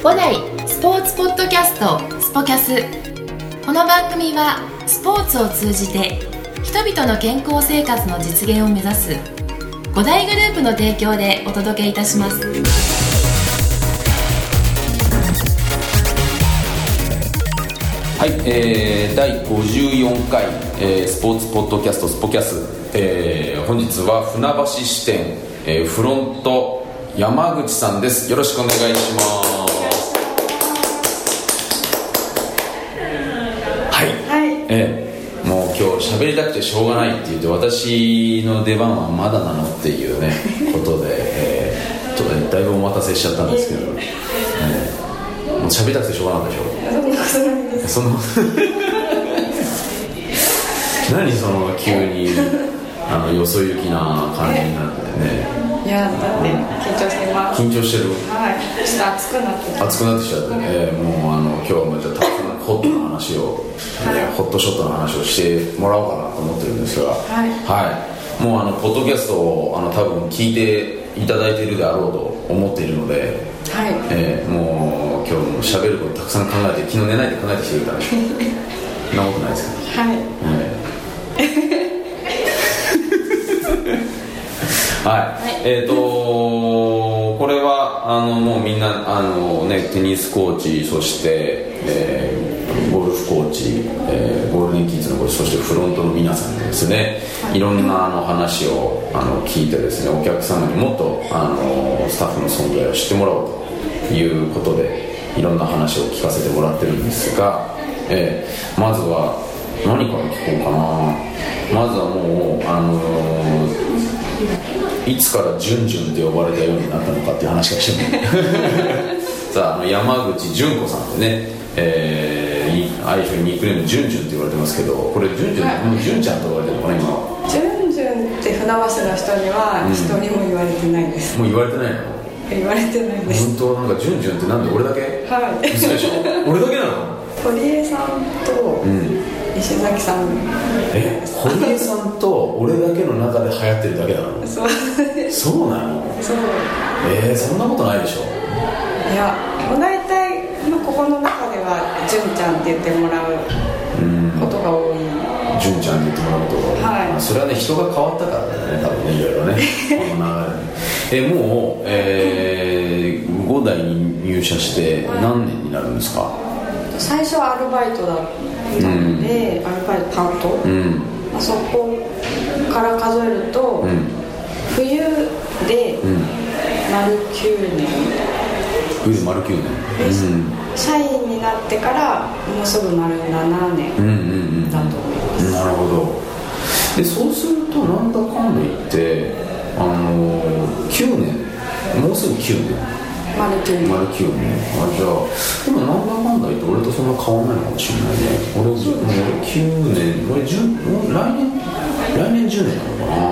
五代スポーツポッドキャストスポキャス。この番組はスポーツを通じて人々の健康生活の実現を目指す五大グループの提供でお届けいたします。 はい、第54回、スポーツポッドキャストスポキャス、本日は船橋支店、フロント山口さんです。よろしくお願いします。はい、もう今日喋りたくてしょうがないって言って、私の出番はまだなのっていうねことで、ちょっとねだいぶお待たせしちゃったんですけど、もう喋りたくてしょうがなかったでしょ。その何その急によそ行きな感じになってね。 いやだって緊張してます。 緊張してる。 はい。ちょっと熱くなってきちゃってね、もう今日はもうじゃあたくさんホットの話を、ホットショットの話をしてもらおうかなと思ってるんですが、はい、もうポッドキャストを多分聞いていただいているであろうと思っているので、はい、もう今日も喋ることたくさん考えて、昨日寝ないで考えてきてくれたんでそんなことないですか。はい、はい、これはもうみんなテニスコーチ、そして、ゴルフコーチ、ゴールデンキッズのコーチ、そしてフロントの皆さんにですね、いろんな話を聞いてですね、お客様にもっとスタッフの存在を知ってもらおうということで、いろんな話を聞かせてもらってるんですが、まずは何から聞こうかな。まずはもういつからジュンジュンって呼ばれたようになったのかっていう話がしてもさあ山口純子さんでね、愛称ニックネームジュンジュンって言われてますけど、これジュンジュン、もうジュンちゃんと言われてるのかな今。 ジュンジュンって船橋の人には一人も言われてないです、 もう言われてないの。 言われてないです。 本当。なんかジュンジュンってなんで俺だけ。 はい。 嘘でしょ俺だけなの。 堀江さんと石崎さん、 堀江さんと俺だけの中で流行ってるだけなの。そうなの。 そう。 そんなことないでしょ。 いや、もう大体、ここの中では純ちゃんって言ってもらうことが多い。 純ちゃんって言ってもらうことが多い。はい。それはね、人が変わったからだね、多分ね、いろいろねこの流れ。もう、5代に入社して何年になるんですか。 最初はアルバイトだったので、アルバイトパート、そこから数えると、冬で丸9年、 冬で丸9年、 社員になってからもうすぐ丸7年だと思います。 なるほど。でそうするとなんだかんだ言って9年、もうすぐ9年、丸9年。じゃあでもなんだかんだ言って俺とそんな変わんないのかもしれないね。俺9年、俺来年10年なのかな。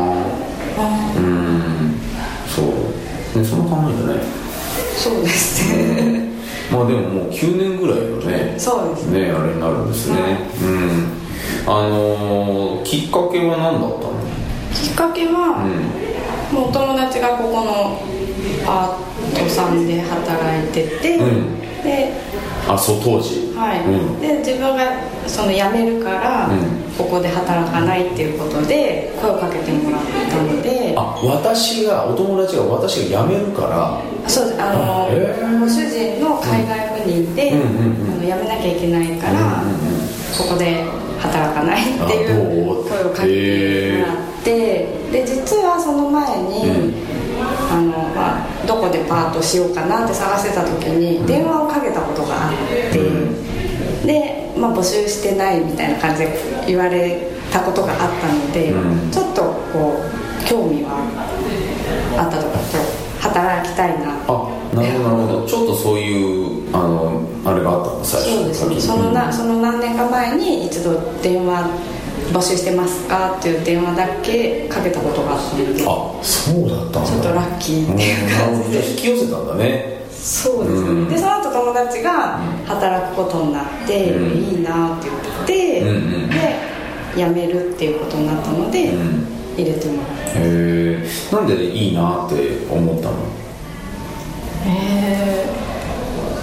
そうね、そんな考えだね。 そうですね。 まあでももう9年ぐらいのね、 そうですね、 あれになるんですね。きっかけは何だったの。 きっかけは、もうお友達がここのパートさんで働いてて、でそう当時、 で自分が辞めるから、ここで働かないっていうことで声をかけてもらったので、 お友達が私が辞めるから。 そうです。ご主人の海外赴任で、辞めなきゃいけないから、ここで働かないっていう声をかけてもらって、で実はその前に、どこでパートしようかなって探してた時に電話をかけたことがあって、で、募集してないみたいな感じで言われたことがあったので、ちょっとこう興味はあったとかと働きたいな。 なるほどなるほど。ちょっとそういうあれがあったんです。 そうですね。その何年か前に一度電話募集してますかっていう電話だけかけたことがあったので、 そうだったんだ。 ちょっとラッキーっていう感じで引き寄せたんだね。 そうですね。でその後友達が働くことになって、いいなって言って、で辞めるっていうことになったので、入れてもらって。 なんでいいなって思ったの。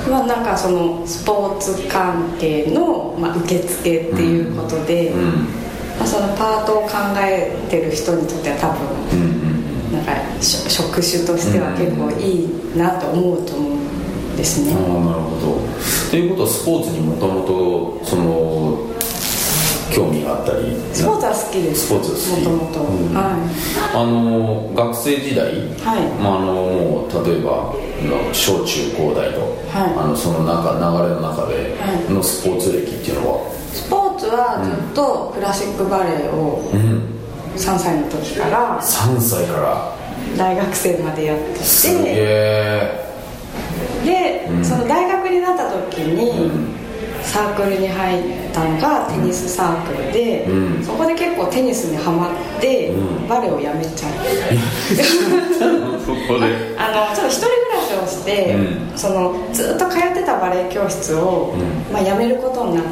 なんかそのスポーツ関係の、受付っていうことで、そのパートを考えてる人にとっては多分、なんか職種としては結構いいなと思うと思うんですね。 なるほど。ということはスポーツにもともとその興味があったり。 スポーツは好きです。 スポーツ好き。 もともと。 学生時代、もう例えば小中高大と、その流れの中でのスポーツ歴っていうのは。 スポーツはずっとクラシックバレエを3歳の時から、 3歳から大学生までやってて、 すげえ。 で、その大学になった時に、サークルに入ったのがテニスサークルで、そこで結構テニスにハマって、バレエをやめちゃうそこでちょっと一人暮らしをして、そのずっと通ってたバレエ教室を、辞めることになって、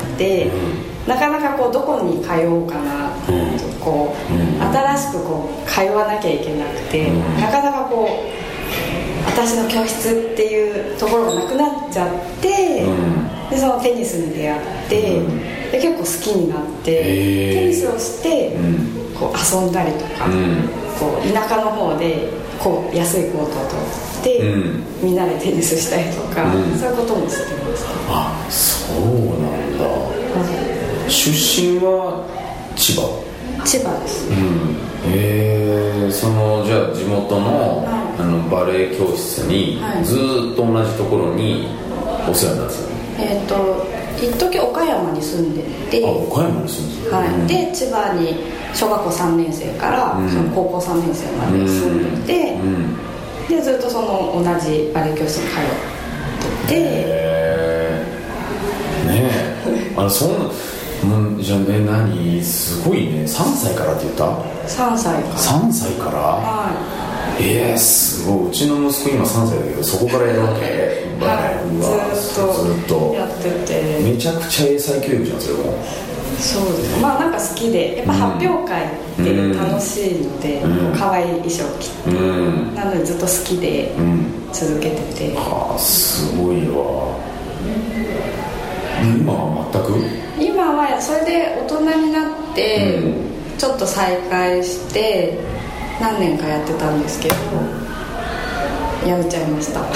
なかなかこうどこに通おうかなと、こう新しくこう通わなきゃいけなくて、なかなかこう私の教室っていうところがなくなっちゃって、でそのテニスに出会って、で結構好きになって、テニスをして、こう遊んだりとか、こう田舎の方でこう安いコートを取って、みんなでテニスしたりとか、そういうこともしてました。 あ、そうなんだ。出身は千葉です。 そのじゃあ地元の、バレエ教室に、ずっと同じところにお世話になってたの？ 一時岡山に住んでて、 岡山に住んでた、で千葉に小学校3年生から、その高校3年生まで住んでて、でずっとその同じバレエ教室に通ってて、 ねえそんなじゃあね、すごいね。3歳からって言った？ 3歳から。 すごい。うちの息子今3歳だけど、そこからやるわけ？ ずっとやってて、 めちゃくちゃ英才教育じゃん、それも。 そうです。なんか好きで、やっぱ発表会って楽しいので、可愛い衣装着て、なのでずっと好きで続けてて。 すごいわ。今は全く？ 今はそれで大人になって、ちょっと再開して何年かやってたんですけど、やめちゃいました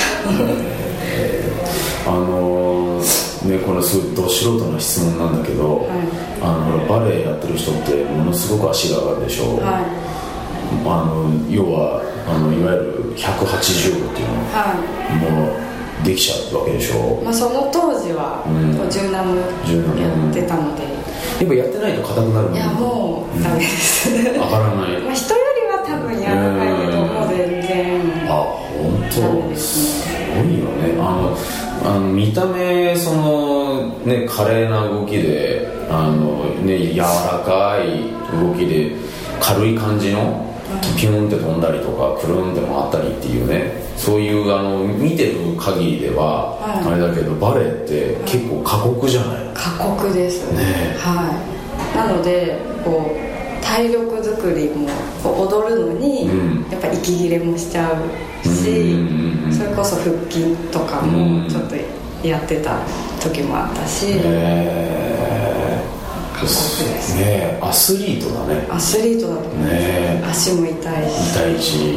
これすごいど素人の質問なんだけど、バレエやってる人ってものすごく足が上がるでしょ。要はいわゆる180度っていうの、もうできちゃうわけでしょ。 その当時は柔軟やってたので、 やっぱやってないと硬くなるもん。 いやもうダメです上がらない人よりは多分やらないけど、もう全然本当すごいよね。見た目そのね、華麗な動きで柔らかい動きで軽い感じのピュンって飛んだりとかクルンって回ったりっていうね、そういう見てる限りではあれだけど、バレエって結構過酷じゃない？ 過酷ですね。なのでこう体力作りも踊るのに、やっぱ息切れもしちゃうし、それこそ腹筋とかもちょっとやってた時もあったし、過酷ですね。アスリートだね。 アスリートだと思います。足も痛いし、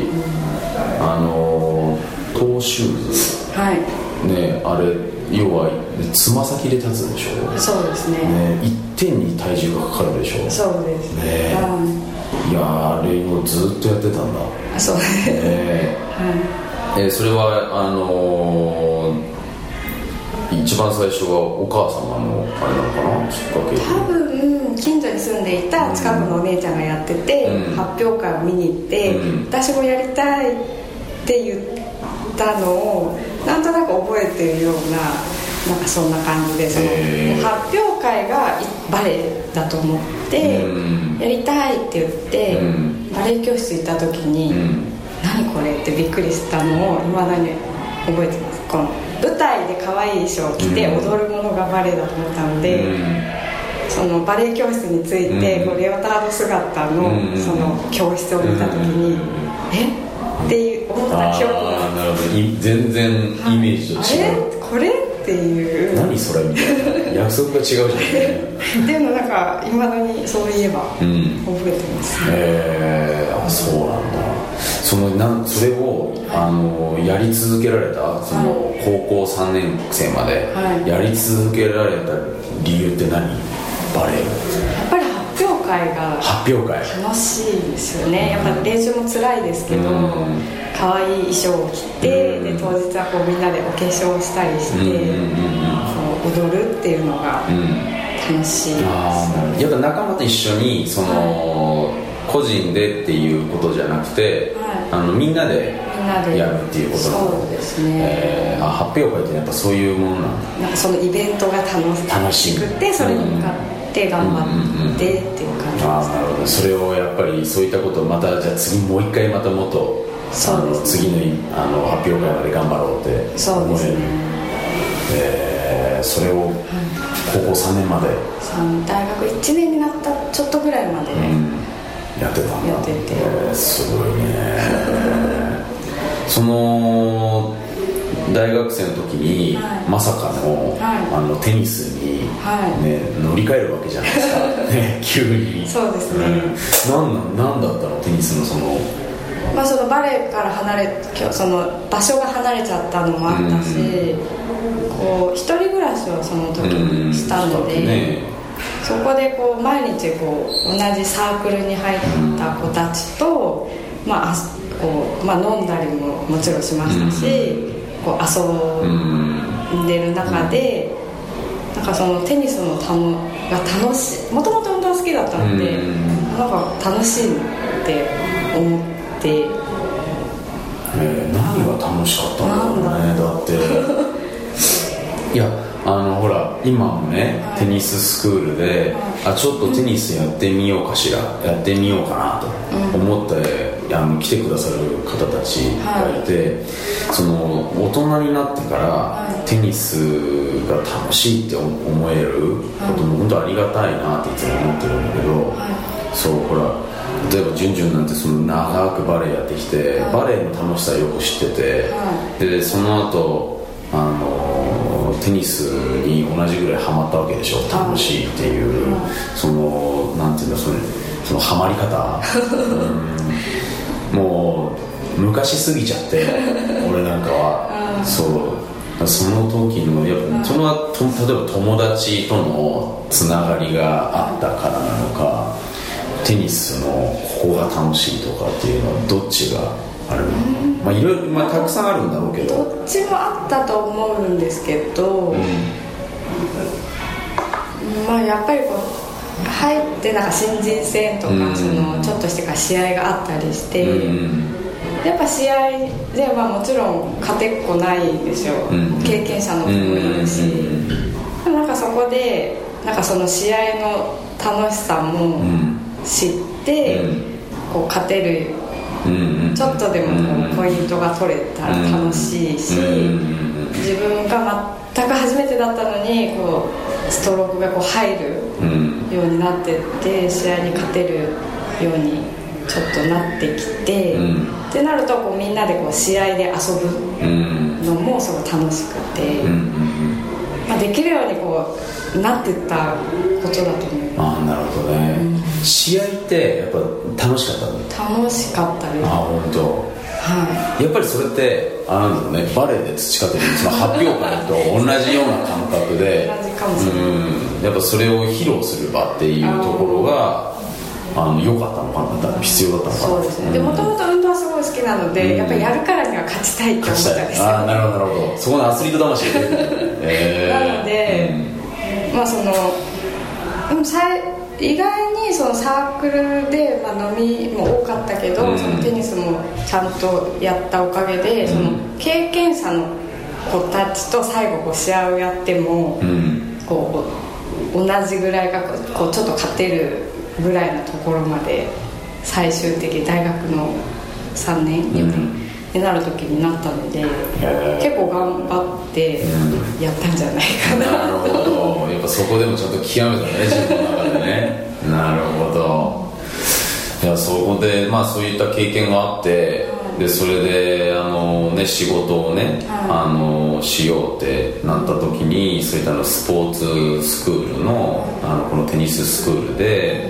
トーシューズ、ね、あれ要はつま先で立つでしょ。 そうですね。 一点に体重がかかるでしょ。 そうですね。いやあれをずっとやってたんだ。 そうですね。それは一番最初はお母様のあれなのかな、きっかけ。 多分近所に住んでいた近くのお姉ちゃんがやってて、発表会を見に行って、私もやりたいって言ったのをなんとなく覚えてるような、なんかそんな感じで、その発表会がバレエだと思って、やりたいって言って、バレエ教室行った時に、何これってびっくりしたのを未だに覚えてます。この舞台で可愛い衣装を着て踊るものがバレエだと思ったので、そのバレエ教室について、こうレオタード姿のその教室を見た時に、って思った記憶が。 なるほど。全然イメージと違う。 これっていう、 何それみたいな、約束が違うじゃんっていうのなんかいまだにそういえば覚えてます、 あ、そうなんだ。それをやり続けられた、その高校3年生までやり続けられた理由って何？バレエ。 やっぱり発表会が楽しいですよね。やっぱ練習も辛いですけど、可愛い衣装を着て、で当日はこうみんなでお化粧したりして、踊るっていうのが楽しいです。 やっぱ仲間と一緒に個人でっていうことじゃなくて、みんなでやるっていうことなんだ。 そうですね。 発表会ってやっぱそういうものなんだ。 なんかそのイベントが楽しくて、それに向かって頑張ってっていう感じです。 なるほど。それをやっぱりそういったことをまたじゃあ次もう一回またもっと次の発表会まで頑張ろうって思える。 そうですね。 それを高校3年まで、 大学1年になったちょっとぐらいまでやってたんだ。 やってて、すごいねその大学生の時に、まさかの、テニスに、乗り換えるわけじゃないですか、急に。 そうですね、 何だったのテニスのそのバレエからその場所が離れちゃったのもあったし、こう一人暮らしをその時にしたので、そこでこう毎日こう同じサークルに入った子たちと、飲んだりももちろんしましたし、こう遊んでる中で、なんかそのテニスのが楽しい、もともと運動好きだったので、なんか楽しいって思って、 何が楽しかったんだろうね。だっていやほら今もね、テニススクールで、ちょっとテニスやってみようかしら、やってみようかなと思って、来てくださる方たちがいて、その大人になってからテニスが楽しいって思えることも本当ありがたいなっていつも思ってるんだけど、そうほら例えばジュンジュンなんてその長くバレエやってきて、バレエの楽しさをよく知ってて、でその後テニスに同じぐらいハマったわけでしょ。楽しいっていう、そのなんていうんだ、そのハマり方もう昔すぎちゃって俺なんかはその時のやっぱ例えば友達とのつながりがあったからなのか、テニスのここが楽しいとかっていうのはどっちがあるの？いろいろたくさんあるんだろうけど、 どっちもあったと思うんですけど、やっぱりこう入ってなんか新人戦とか、ちょっとしてから試合があったりして、やっぱ試合ではもちろん勝てっこないですよ、経験者の子もいるし、なんかそこでなんかその試合の楽しさも知って、こう勝てる、ちょっとでもこうポイントが取れたら楽しいし、自分が全く初めてだったのにこうストロークがこう入るようになってって、試合に勝てるようにちょっとなってきて、ってなるとこうみんなでこう試合で遊ぶのもすごい楽しくて、できるようにこうなっていったことだと思います。 なるほどね、試合ってやっぱ楽しかったの？ 楽しかったです。 本当。やっぱりそれってバレエで培ってるその発表会と同じような感覚で同じかもしれない、 やっぱそれを披露する場っていうところが良かったのかな、必要だったのかな。 そうですね。でもともと運動はすごい好きなので、やっぱりやるからには勝ちたいって思ったんですよ。 なるほどなるほど。そこのアスリート魂でなので、意外にそのサークルで、飲みも多かったけど、そのテニスもちゃんとやったおかげで、その経験者の子たちと最後こう試合をやっても、こう同じぐらいがこうちょっと勝てるぐらいのところまで最終的に大学の3年4年になる時になったので、結構頑張ってやったんじゃないかな。 なるほど。やっぱそこでもちゃんと極めたね、自分の中でね。なるほど。いや、そこでそういった経験があって、でそれでね、仕事をね、しようってなった時に、そういったスポーツスクールの、このテニススクールで、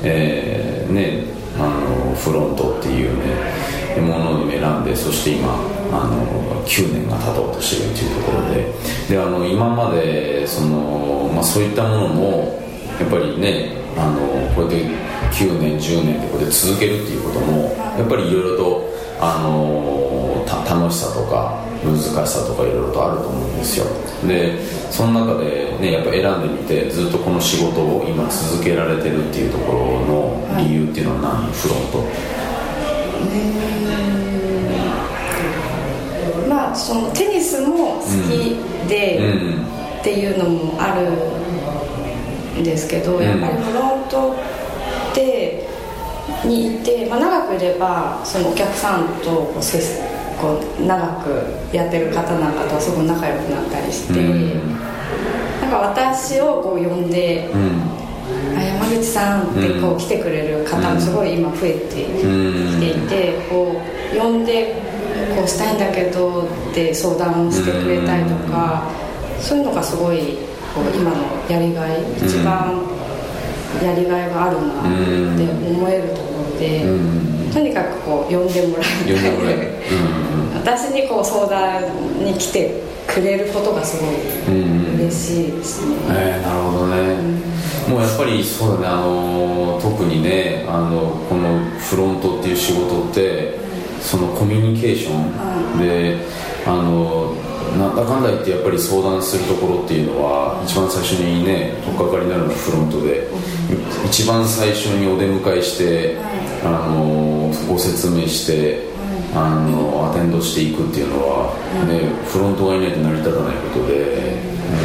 フロントっていうねものを選んで、そして今9年が経とうとしているというところで、今までそういったものもやっぱりね、こうやって9年10年でこうやって続けるっていうこともやっぱりいろいろと楽しさとか難しさとかいろいろとあると思うんですよ。でその中でね、やっぱ選んでみて、ずっとこの仕事を今続けられてるっていうところの理由っていうのは何？フロント。 まあそのテニスも好きで、っていうのもあるんですけど、やっぱりフロントにいて、長くいればそのお客さんとこう長くやってる方なんかとはすごく仲良くなったりして、なんか私をこう呼んで、山口さんってこう来てくれる方もすごい今増えてきていて、こう呼んでこうしたいんだけどって相談をしてくれたりとか、そういうのがすごいこう今のやりがい、一番やりがいがあるなって思えるところで、とにかくこう呼んでもらいたい、私にこう相談に来てくれることがすごい嬉しいですね。 なるほどね、もうやっぱりそうだね、特にねこのフロントっていう仕事って、そのコミュニケーションで、なんだかんだ言ってやっぱり相談するところっていうのは一番最初にね取っかかりになるのがフロントで、一番最初にお出迎えして、ご説明して、アテンドしていくっていうのは、ね、フロントがいないと成り立たないことで、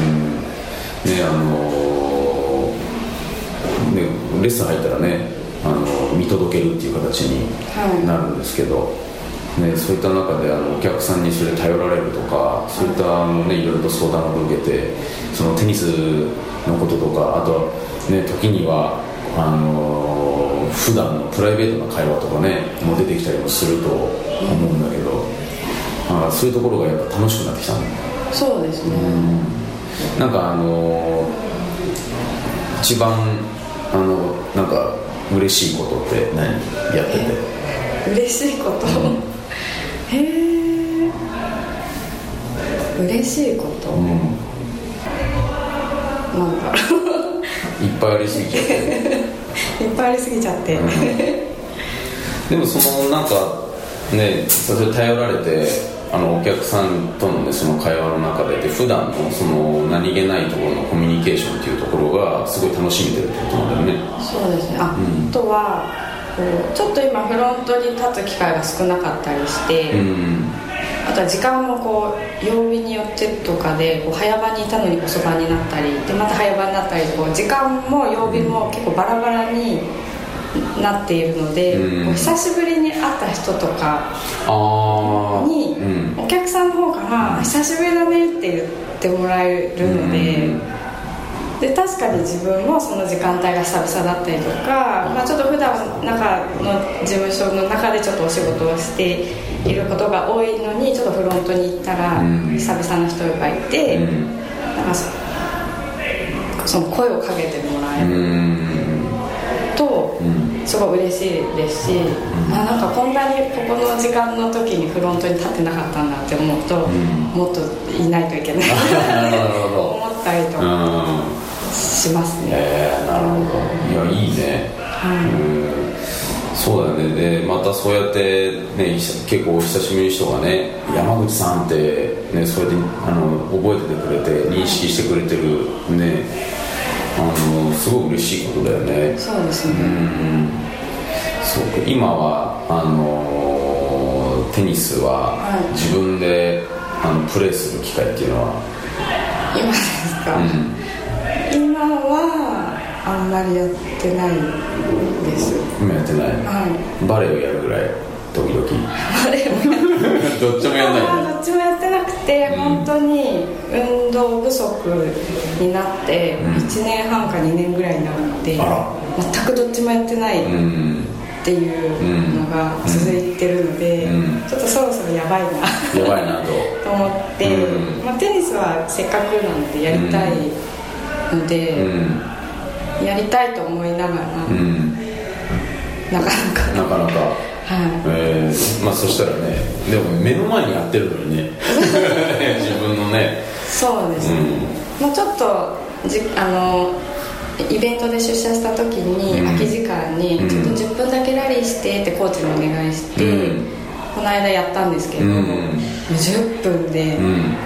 レッスン入ったらね見届けるっていう形になるんですけど、そういった中でお客さんにそれ頼られるとか、そういったいろいろと相談を受けて、そのテニスのこととか、あとは、時には普段のプライベートな会話とかねも出てきたりもすると思うんだけど、そういうところがやっぱ楽しくなってきたんだ。 そうですね、 なんか一番なんか嬉しいことって何やってて？ 嬉しいこと、嬉しいこと、なんかいっぱいありすぎちゃっていっぱいありすぎちゃって、 でもなんかね、それ頼られてお客さんとの、その会話の中で普段のその何気ないところのコミュニケーションっていうところがすごい楽しめてるってことなんだよね。 そうですね。あとはちょっと今フロントに立つ機会が少なかったりして、あとは時間もこう曜日によってとかでこう早番にいたのに遅番になったりで、また早番になったり、こう時間も曜日も結構バラバラになっているので、久しぶりに会った人とかに、お客さんの方から久しぶりだねって言ってもらえるので、確かに自分もその時間帯が久々だったりとか、ちょっと普段中の事務所の中でちょっとお仕事をしていることが多いのに、ちょっとフロントに行ったら久々の人がいて、なんかその声をかけてもらえるとすごい嬉しいですし、なんかこんなにここの時間の時にフロントに立ってなかったんだって思うと、もっといないといけないと思ったりとかしますね。 なるほど。いや、いいね。そうだね。でまたそうやってね、結構お久しぶりの人がね、山口さんってね、それで覚えててくれて認識してくれてるね、すごい嬉しいことだよね。 そうですね。 そうか。今はテニスは自分でプレーする機会っていうのは、 今ですか？今はあんまりやってないです。 今やってない、バレエをやるぐらい時々 バレエもどっちもやんないどっちもやってなくて、本当に運動不足になって1年半か2年ぐらいになって、全くどっちもやってないっていうのが続いてるので、ちょっとそろそろやばいなと思って、テニスはせっかくなのでやりたいので、やりたいと思いながら、なかなかまあそしたらね、でも目の前にやってるのにね自分のね、 そうですね、もうちょっとイベントで出社した時に、空き時間にちょっと10分だけラリーしてってコーチにお願いして、この間やったんですけど、10分で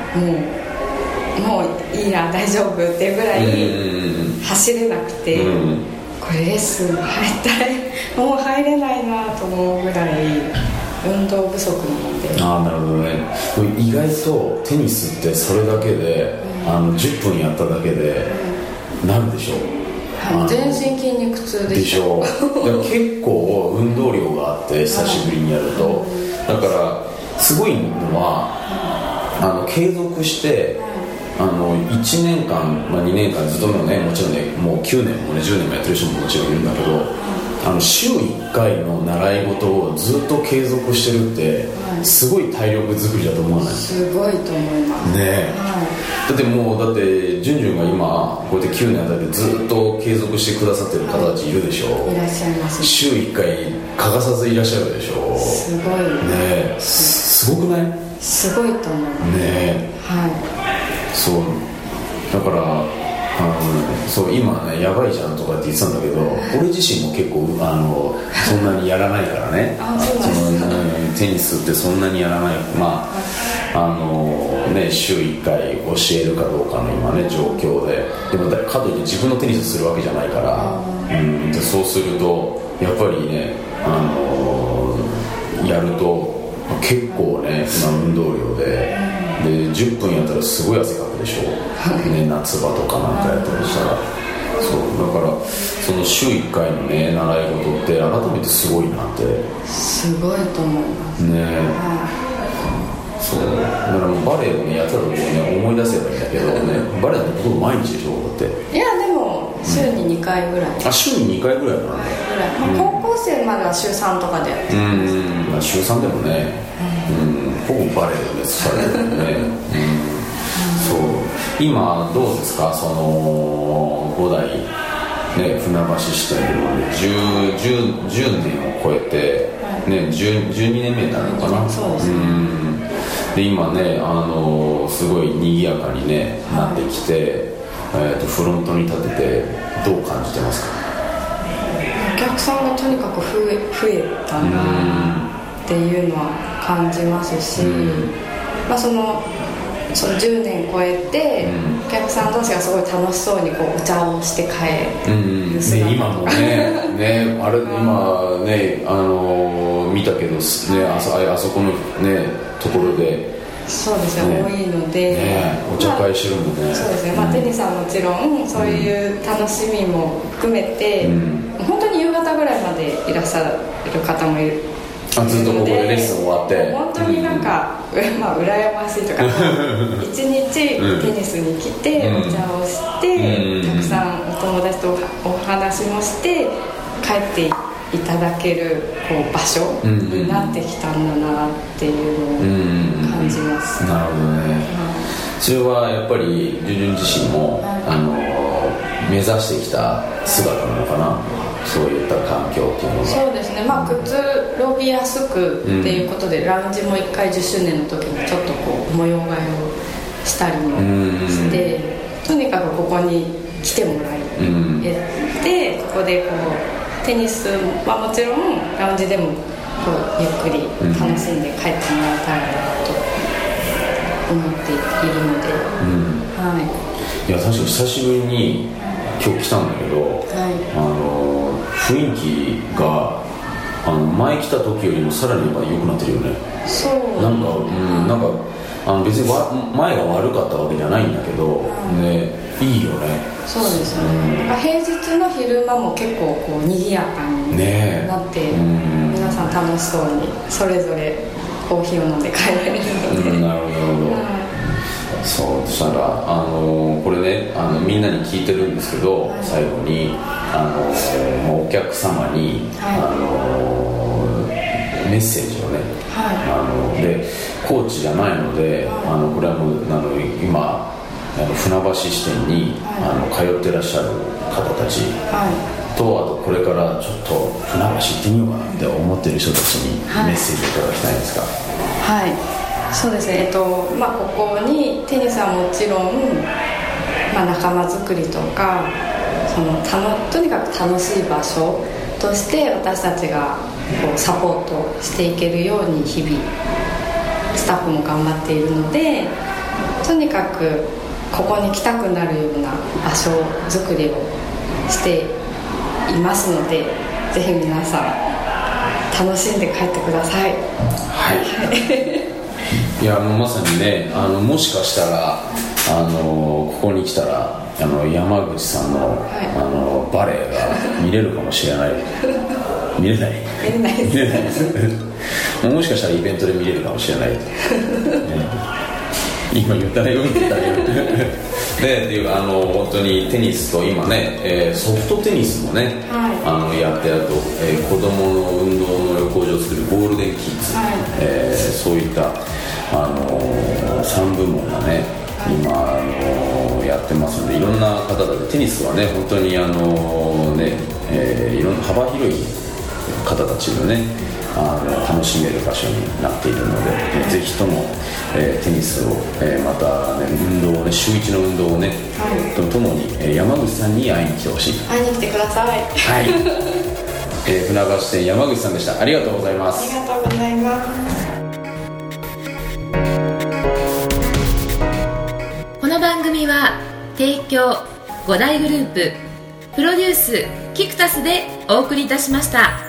もういいな、大丈夫っていうぐらい走れなくて、これレッスン入ったらもう入れないなと思うぐらい運動不足なので。 なるほどね。意外とテニスってそれだけで、10分やっただけでなるでしょ。 全身筋肉痛でしょ。 結構運動量があって久しぶりにやると、だからすごいのは継続して1年間、2年間ずっとね、もちろんね、もう9年もね10年もやってる人ももちろんいるんだけど、週1回の習い事をずっと継続してるって、すごい体力作りだと思わない？ すごいと思いますね。だってジュンが今こうやって9年あたりずっと継続してくださってる方たちいるでしょ。 いらっしゃいます、ね、 週1回欠かさずいらっしゃるでしょ。 すごいね。すごくない？ すごいと思いますね。そうだからそう今ねやばいじゃんとかって言ってたんだけど、俺自身も結構そんなにやらないからねテニスってそんなにやらない、週1回教えるかどうかの今ね状況で、でもかといって自分のテニスするわけじゃないから、でそうするとやっぱりねやると結構ね運動量で10分やったらすごい汗かくでしょ、夏場とかなんかやったりしたら。そうだからその週1回のね習い事って改めてすごいなって。 すごいと思いますね。そうだからもうバレエをねやってた時にね思い出せばいいんだけどね、バレエってほとんど毎日でしょだって。 いやでも週に2回ぐらい、 週に2回ぐらいなんだ。 高校生までは週3とかでやってます。週3でもね、ほぼバレエでされてるね。そう今どうですか、その5代、ね、船橋支店でもね 10年を超えて、12年目になるのかな。 そうですね。 で今ねすごい賑やかに、なってきて、フロントに立ててどう感じてますか？ お客さんがとにかく増えたなっていうのは感じますし、その10年超えて、お客さん同士がすごい楽しそうにこうお茶をして帰る姿今もねあれ今ね見たけど、あそこのねところでそうですね、多いので、 お茶会してるもんね。 そうですね、テニスはもちろんそういう楽しみも含めて、本当に夕方ぐらいまでいらっしゃる方もいる。 ずっとここでレッスン終わって本当になんか、羨ましいとか一日テニスに来て、お茶をして、たくさんお友達とお話もして帰っていただけるこう場所になってきたんだなっていうのを感じます。 なるほどね。それはやっぱりジュン自身も、目指してきた姿なのかな、そういった環境っていうのが。 そうですね、くつろぎやすくっていうことで、ラウンジも1回10周年の時にちょっとこう模様替えをしたりもして、とにかくここに来てもらでここでこうテニスはもちろんラウンジでもこうゆっくり楽しんで帰ってもらえたらなと思っているので、 いや確かに久しぶりに今日来たんだけど、雰囲気が前来た時よりもさらに良くなってるよね。 そうなんか別に前が悪かったわけじゃないんだけど、いいよね。 そうですね、平日の昼間も結構こう賑やかになって、皆さん楽しそうにそれぞれコーヒーを飲んで帰られるので、 なるほど。そしたらこれねみんなに聞いてるんですけど、最後にお客様に、メッセージをね、でコーチじゃないので、これはもう今船橋支店に、通ってらっしゃる方たちと、あとこれからちょっと船橋行ってみようかなって思ってる人たちにメッセージをいただきたいんですか。 はい、そうですね、ここにテニスはもちろん、仲間づくりとかとにかく楽しい場所として私たちがサポートしていけるように日々スタッフも頑張っているので、とにかくここに来たくなるような場所づくりをしていますので、ぜひ皆さん楽しんで帰ってください。 いやもうまさにね、もしかしたらここに来たら山口さんの、バレエが見れるかもしれない。見れないですもしかしたらイベントで見れるかもしれない、今言ったね、って言ったねでっていう本当にテニスと今ね、ソフトテニスもね、やって、あと、子どもの運動能力向上をするゴールデンキッズ、そういった3部門がね今やってますので、いろんな方々でテニスはね本当にいろんな幅広い方たちのね楽しめる場所になっているので、ぜひとも、テニスを、また、ね、運動をね、週1の運動をね、とともに、山口さんに会いに来てほしい。 会いに来てください。 はい船橋店山口さんでした。ありがとうございます。 ありがとうございます。 この番組は提供5大グループプロデュースキクタスでお送りいたしました。